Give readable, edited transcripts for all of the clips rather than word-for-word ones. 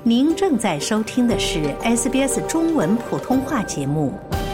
您正在收听的是 SBS 中文普通话节目。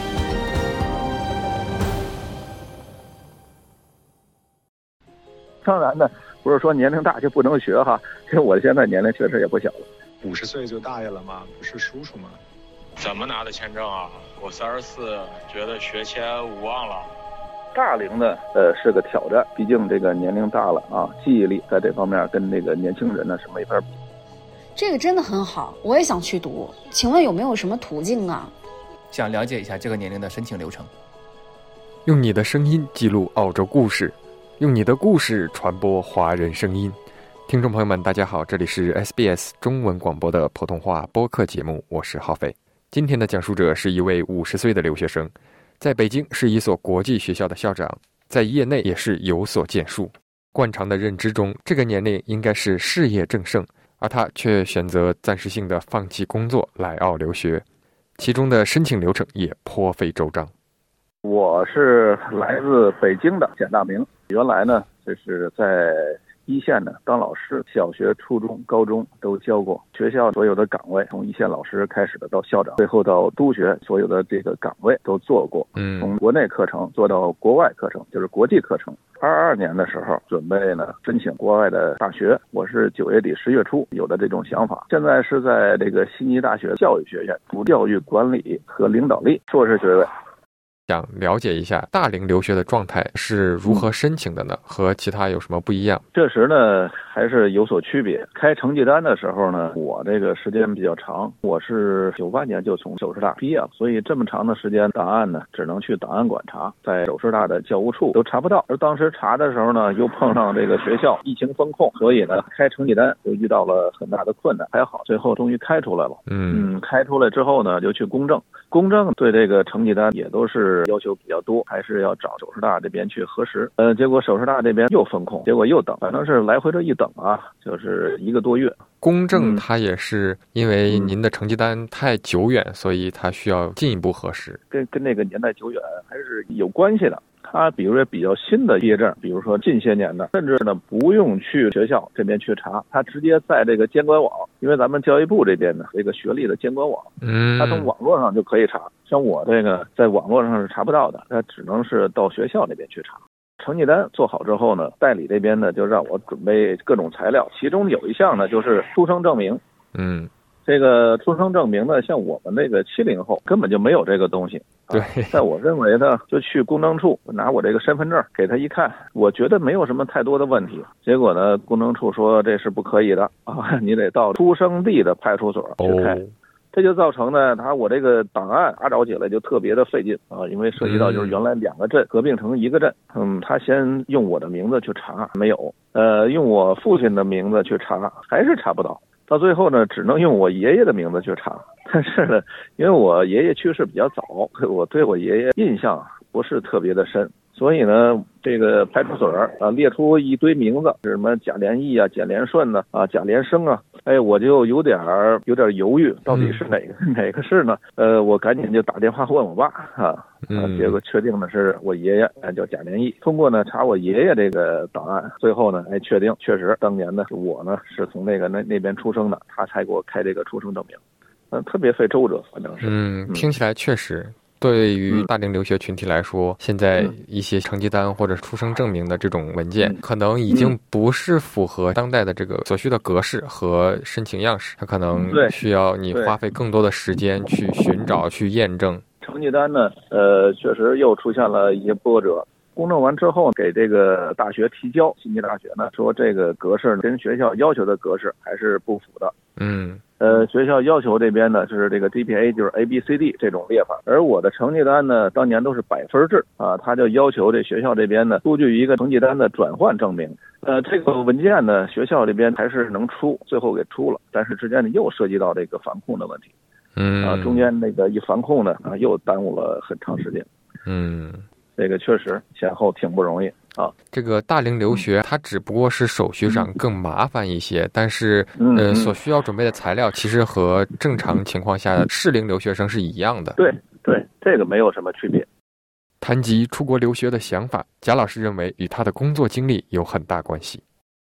当然呢，不是说年龄大就不能学哈，因为我现在年龄确实也不小了。 50岁就大爷了吗？不是叔叔吗？ 怎么拿的签证啊？我34，觉得学签无望了。 大龄的是个挑战，毕竟这个年龄大了啊，记忆力在这方面跟那个年轻人呢是没法比。 这个真的很好，我也想去读，请问有没有什么途径啊？ 想了解一下这个年龄的申请流程。 用你的声音记录澳洲故事，用你的故事传播华人声音。听众朋友们大家好，这里是 SBS 中文广播的普通话播客节目，我是浩飞。今天的讲述者是一位50岁的留学生，在北京是一所国际学校的校长，在业内也是有所建树。惯常的认知中，这个年龄应该是事业正盛，而他却选择暂时性的放弃工作来澳留学，其中的申请流程也颇费周章。 我是来自北京的简大明，原来呢就是在一线呢当老师，小学、初中、高中都教过，学校所有的岗位，从一线老师开始的到校长，最后到督学，所有的这个岗位都做过。从国内课程做到国外课程，就是国际课程。22年的时候准备呢申请国外的大学，我是9月底10月初有的这种想法。现在是在这个悉尼大学教育学院读教育管理和领导力硕士学位。 想了解一下大龄留学的状态是如何申请的呢？和其他有什么不一样？ 这时呢还是有所区别。开成绩单的时候呢，我这个时间比较长，我是98年就从首师大毕业了，所以这么长的时间档案呢只能去档案馆查，在首师大的教务处都查不到。而当时查的时候呢，又碰上这个学校疫情封控，所以呢开成绩单就遇到了很大的困难，还好最后终于开出来了。开出来之后呢，就去公证，公证对这个成绩单也都是要求比较多，还是要找首师大这边去核实。结果首师大这边又封控，结果又等，反正是来回这一等啊，就是1个多月。 公证它也是因为您的成绩单太久远，所以它需要进一步核实。 跟那个年代久远还是有关系的。他比如说比较新的毕业证，比如说近些年的，甚至呢不用去学校这边去查，他直接在这个监管网，因为咱们教育部这边呢这个学历的监管网，他从网络上就可以查。像我这个在网络上是查不到的，他只能是到学校那边去查。成绩单做好之后呢，代理这边呢就让我准备各种材料，其中有一项呢就是出生证明。这个出生证明呢，像我们那个70后根本就没有这个东西。 对， 在我认为呢，就去公证处拿我这个身份证给他一看，我觉得没有什么太多的问题。结果呢，公证处说这是不可以的啊，你得到出生地的派出所去开。这就造成呢，我这个档案查找起来就特别的费劲啊，因为涉及到就是原来2个镇合并成1个镇。他先用我的名字去查，没有；用我父亲的名字去查，还是查不到。到最后呢，只能用我爷爷的名字去查。但是呢，因为我爷爷去世比较早，我对我爷爷印象不是特别的深，所以呢，这个派出所列出一堆名字，什么贾连义啊、简连顺呢、贾连生啊，我就有点犹豫，到底是哪个是呢？我赶紧就打电话问我爸结果确定的是我爷爷叫贾连义。通过呢查我爷爷这个档案，最后呢确定确实当年呢我呢是从那边出生的，他才给我开这个出生证明。特别费周折，反正是。 听起来确实。对于大龄留学群体来说，现在一些成绩单或者出生证明的这种文件，可能已经不是符合当代的这个所需的格式和申请样式，它可能需要你花费更多的时间去寻找、去验证。 成绩单呢，确实又出现了一些波折。公证完之后，给这个大学提交，悉尼大学呢说这个格式跟学校要求的格式还是不符的。学校要求这边呢是这个 GPA 就是 ABCD 这种列法，而我的成绩单呢当年都是100分制啊，他就要求这学校这边呢出具一个成绩单的转换证明。这个文件呢学校这边还是能出，最后给出了，但是之间呢又涉及到这个防控的问题。中间那个一防控呢又耽误了很长时间。这个确实前后挺不容易啊。 这个大龄留学它只不过是手续上更麻烦一些，但是所需要准备的材料其实和正常情况下的适龄留学生是一样的。 对，这个没有什么区别。 谈及出国留学的想法，贾老师认为与他的工作经历有很大关系。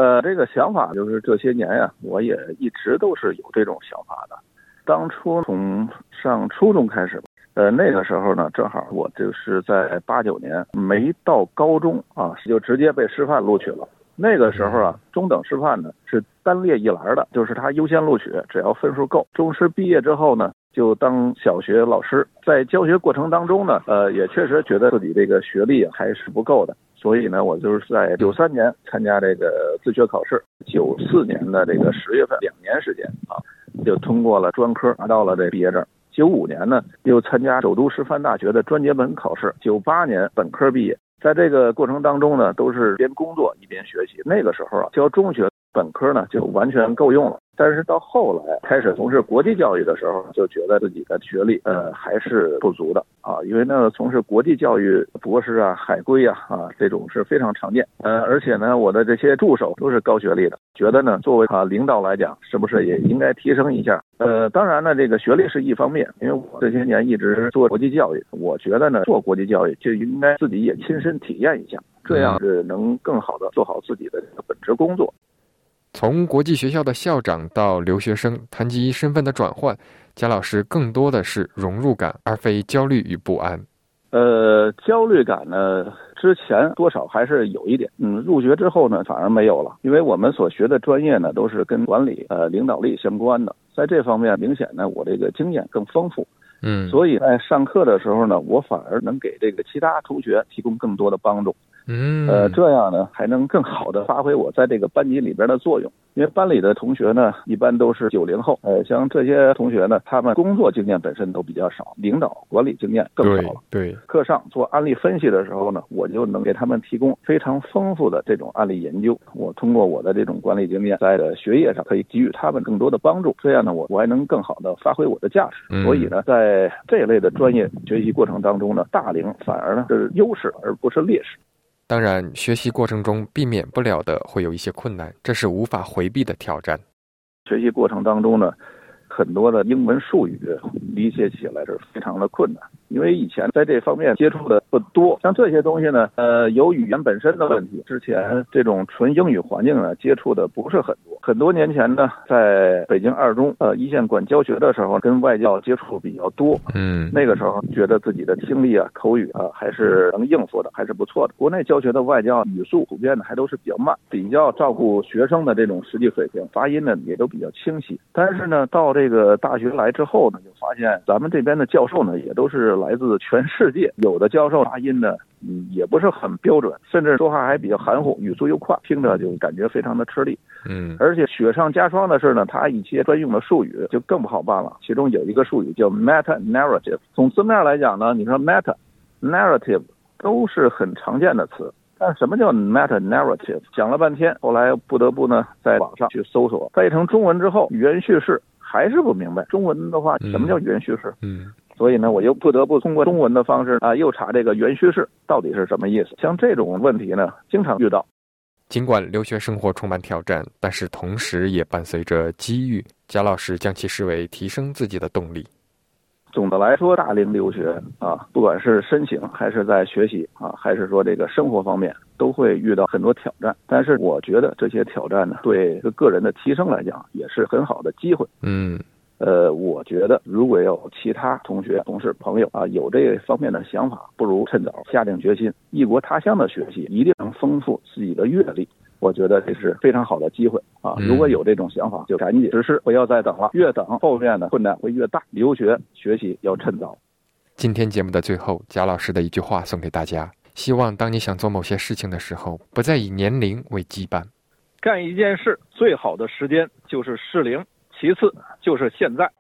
这个想法就是这些年呀，我也一直都是有这种想法的。当初从上初中开始，那个时候呢，正好我就是在89年没到高中啊，就直接被师范录取了。那个时候啊，中等师范呢是单列一栏的，就是他优先录取，只要分数够。中师毕业之后呢，就当小学老师。在教学过程当中呢，也确实觉得自己这个学历还是不够的。所以呢，我就是在93年参加这个自学考试，94年的这个10月份，2年时间啊，就通过了专科，拿到了这毕业证。95年呢，又参加首都师范大学的专接本考试，98年本科毕业。在这个过程当中呢，都是边工作一边学习。那个时候啊，教中学本科呢就完全够用了。但是到后来开始从事国际教育的时候，就觉得自己的学历还是不足的啊，因为呢从事国际教育博士啊、海归啊这种是非常常见。而且呢我的这些助手都是高学历的，觉得呢作为领导来讲，是不是也应该提升一下？当然呢这个学历是一方面，因为我这些年一直做国际教育，我觉得呢做国际教育就应该自己也亲身体验一下，这样是能更好的做好自己的本职工作。 从国际学校的校长到留学生，谈及身份的转换，贾老师更多的是融入感，而非焦虑与不安。 焦虑感呢，之前多少还是有一点。入学之后呢，反而没有了，因为我们所学的专业呢，都是跟管理、领导力相关的，在这方面明显呢，我这个经验更丰富。所以在上课的时候呢，我反而能给这个其他同学提供更多的帮助。这样呢，还能更好的发挥我在这个班级里边的作用。因为班里的同学呢，一般都是90后，像这些同学呢，他们工作经验本身都比较少，领导管理经验更少了。 对， 课上做案例分析的时候呢，我就能给他们提供非常丰富的这种案例研究。我通过我的这种管理经验，在学业上可以给予他们更多的帮助。这样呢，我还能更好的发挥我的价值。所以呢，在这一类的专业学习过程当中呢，大龄反而呢是优势，而不是劣势。 当然，学习过程中避免不了的会有一些困难，这是无法回避的挑战。 学习过程当中呢，很多的英文术语理解起来是非常的困难，因为以前在这方面接触的不多。像这些东西呢，有语言本身的问题，之前这种纯英语环境呢接触的不是很多。很多年前呢，在北京二中一线管教学的时候，跟外教接触比较多。那个时候觉得自己的听力口语还是能应付的，还是不错的。国内教学的外教语速普遍的还都是比较慢，比较照顾学生的这种实际水平，发音呢也都比较清晰。但是呢，到这个大学来之后呢，就发现咱们这边的教授呢，也都是来自全世界，有的教授发音呢也不是很标准，甚至说话还比较含糊，语速又快，听着就感觉非常的吃力。而且雪上加霜的是呢，他一些专用的术语就更不好办了。其中有一个术语叫 meta narrative， 从字面来讲呢，你说 meta narrative 都是很常见的词，但什么叫 meta narrative？ 讲了半天，后来不得不呢在网上去搜索，翻译成中文之后，语言叙事还是不明白。中文的话，什么叫语言叙事？所以呢，我又不得不通过中文的方式又查这个语言叙事到底是什么意思。像这种问题呢，经常遇到。 尽管留学生活充满挑战，但是同时也伴随着机遇。贾老师将其视为提升自己的动力。 总的来说，大龄留学不管是申请还是在学习还是说这个生活方面，都会遇到很多挑战。但是我觉得这些挑战呢，对个人的提升来讲，也是很好的机会。我觉得如果有其他同学、同事、朋友有这方面的想法，不如趁早下定决心，异国他乡的学习一定能丰富自己的阅历。我觉得这是非常好的机会如果有这种想法，就赶紧实施，不要再等了。越等后面的困难会越大。留学学习要趁早。 今天节目的最后，贾老师的一句话送给大家：希望当你想做某些事情的时候，不再以年龄为羁绊。 干一件事最好的时间就是适龄，其次就是现在。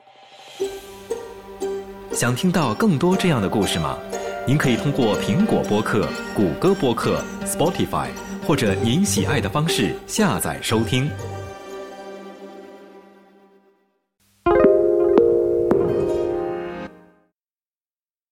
想听到更多这样的故事吗？您可以通过苹果播客、谷歌播客、Spotify 或者您喜爱的方式下载收听。